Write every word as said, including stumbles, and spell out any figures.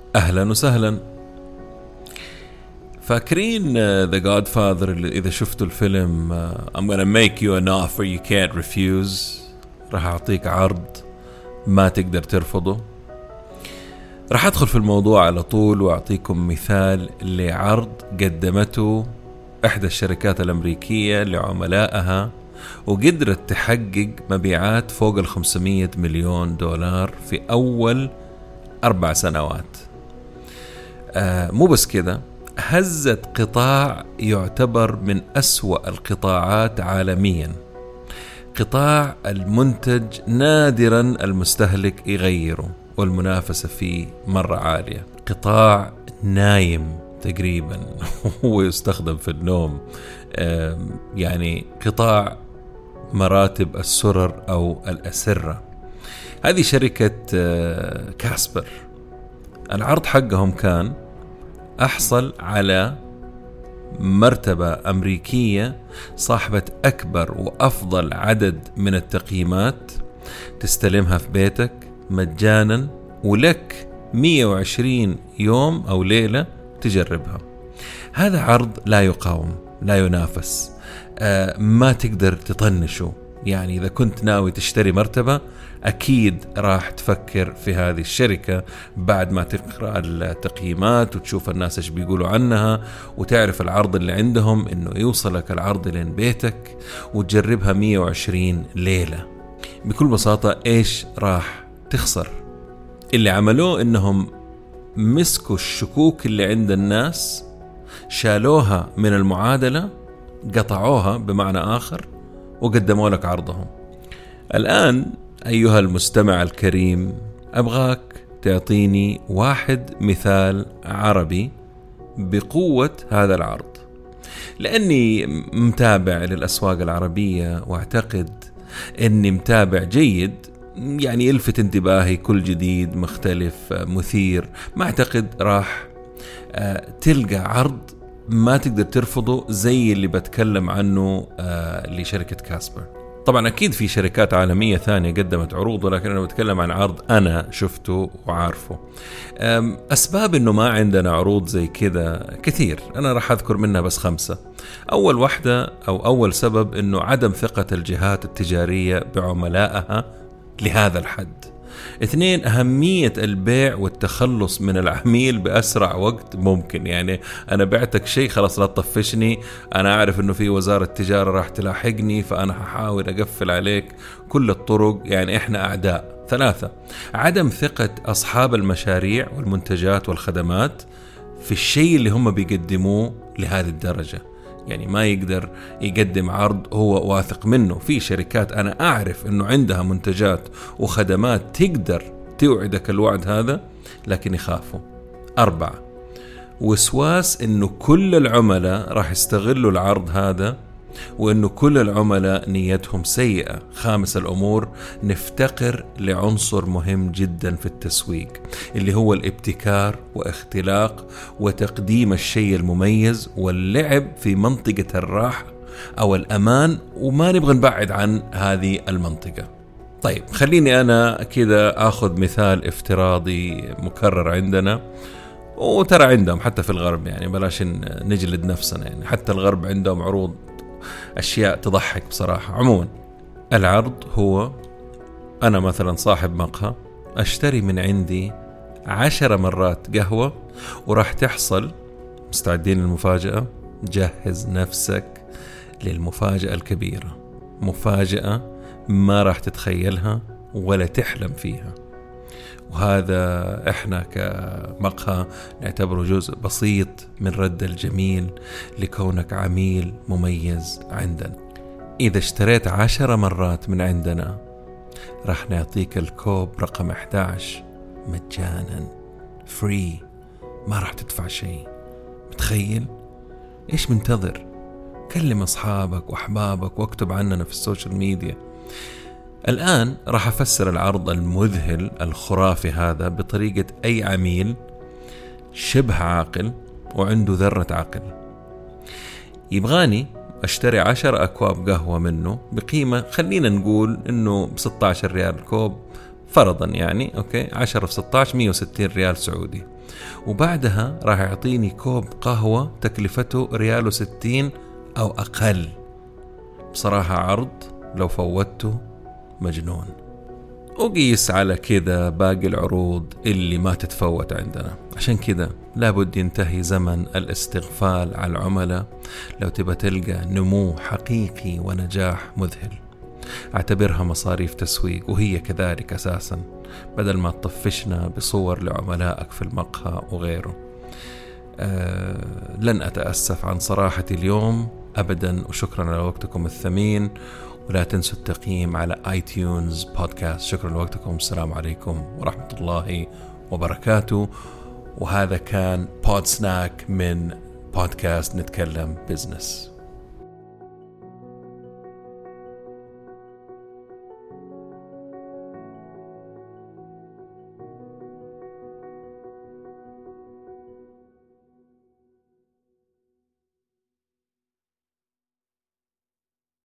أهلا وسهلا. فاكرين The Godfather اللي إذا شفتوا الفيلم uh, I'm gonna make you an offer you can't refuse، راح أعطيك عرض ما تقدر ترفضه. راح أدخل في الموضوع على طول وأعطيكم مثال لعرض قدمته إحدى الشركات الأمريكية لعملائها وقدرت تحقق مبيعات فوق الخمسمية مليون دولار في أول أربع سنوات. آه مو بس كده، هزت قطاع يعتبر من أسوأ القطاعات عالميا، قطاع المنتج نادرا المستهلك يغيره والمنافسة فيه مرة عالية، قطاع نايم تقريبا هو يستخدم في النوم، آه يعني قطاع مراتب السرر أو الأسرة. هذه شركة آه كاسبر. العرض حقهم كان أحصل على مرتبة أمريكية صاحبة أكبر وأفضل عدد من التقييمات، تستلمها في بيتك مجانا ولك مية وعشرين يوم أو ليلة تجربها. هذا عرض لا يقاوم، لا ينافس، آه ما تقدر تطنشه. يعني إذا كنت ناوي تشتري مرتبة أكيد راح تفكر في هذه الشركة بعد ما تقرأ التقييمات وتشوف الناس إيش بيقولوا عنها وتعرف العرض اللي عندهم إنه يوصلك العرض لين بيتك وتجربها مية وعشرين ليلة. بكل بساطة إيش راح تخسر؟ اللي عملوه إنهم مسكوا الشكوك اللي عند الناس، شالوها من المعادلة، قطعوها بمعنى آخر وقدموا لك عرضهم. الآن أيها المستمع الكريم، أبغاك تعطيني واحد مثال عربي بقوة هذا العرض، لأني متابع للأسواق العربية وأعتقد أني متابع جيد، يعني يلفت انتباهي كل جديد مختلف مثير. ما أعتقد راح تلقى عرض ما تقدر ترفضه زي اللي بتكلم عنه لشركة كاسبر. طبعا أكيد في شركات عالمية ثانية قدمت عروض، ولكن أنا بتكلم عن عرض أنا شفته وعارفه. أسباب أنه ما عندنا عروض زي كذا كثير، أنا راح أذكر منها بس خمسة. أول واحدة أو أول سبب أنه عدم ثقة الجهات التجارية بعملائها لهذا الحد. اثنين، أهمية البيع والتخلص من العميل بأسرع وقت ممكن. يعني أنا بعتك شيء خلاص لا تطفشني، أنا أعرف أنه في وزارة التجارة راح تلاحقني فأنا هحاول أقفل عليك كل الطرق، يعني إحنا أعداء. ثلاثة، عدم ثقة أصحاب المشاريع والمنتجات والخدمات في الشيء اللي هم بيقدموه لهذه الدرجة. يعني ما يقدر يقدم عرض هو واثق منه. في شركات أنا أعرف أنه عندها منتجات وخدمات تقدر توعدك الوعد هذا لكن يخافوا. أربعة، وسواس أنه كل العملاء راح يستغلوا العرض هذا وأنه كل العملاء نيتهم سيئة. خامس الأمور، نفتقر لعنصر مهم جدا في التسويق اللي هو الابتكار واختلاق وتقديم الشيء المميز واللعب في منطقة الراحة أو الأمان، وما نبغى نبعد عن هذه المنطقة. طيب خليني أنا كذا أخذ مثال افتراضي مكرر عندنا، وترى عندهم حتى في الغرب، يعني بلاش نجلد نفسنا، يعني حتى الغرب عندهم عروض أشياء تضحك بصراحة. عموما العرض هو أنا مثلا صاحب مقهى أشتري من عندي عشر مرات قهوة وراح تحصل، مستعدين للمفاجأة؟ جهز نفسك للمفاجأة الكبيرة، مفاجأة ما راح تتخيلها ولا تحلم فيها. وهذا إحنا كمقهى نعتبره جزء بسيط من رد الجميل لكونك عميل مميز عندنا. إذا اشتريت عشر مرات من عندنا راح نعطيك الكوب رقم أحد عشر مجانا فري، ما راح تدفع شيء. متخيل؟ إيش منتظر؟ كلم أصحابك وأحبابك واكتب عننا في السوشيال ميديا. الآن راح أفسر العرض المذهل الخرافي هذا بطريقة أي عميل شبه عاقل وعنده ذرة عقل. يبغاني أشتري عشر أكواب قهوة منه بقيمة، خلينا نقول إنه بستة عشر ريال الكوب، فرضا يعني أوكي عشرة في ستة عشر مية وستين ريال سعودي، وبعدها راح يعطيني كوب قهوة تكلفته ريال وستين أو أقل. بصراحة عرض لو فوتته مجنون. وقيس على كذا باقي العروض اللي ما تتفوت عندنا. عشان كذا لابد ينتهي زمن الاستغفال على العملاء لو تبى تلقى نمو حقيقي ونجاح مذهل. اعتبرها مصاريف تسويق، وهي كذلك أساسا، بدل ما تطفشنا بصور لعملائك في المقهى وغيره. أه لن أتأسف عن صراحتي اليوم أبدا، وشكرا على وقتكم الثمين، ولا تنسوا التقييم على آي تيونز بودكاست. شكرا لوقتكم، السلام عليكم ورحمة الله وبركاته. وهذا كان بود سناك من بودكاست نتكلم بزنس.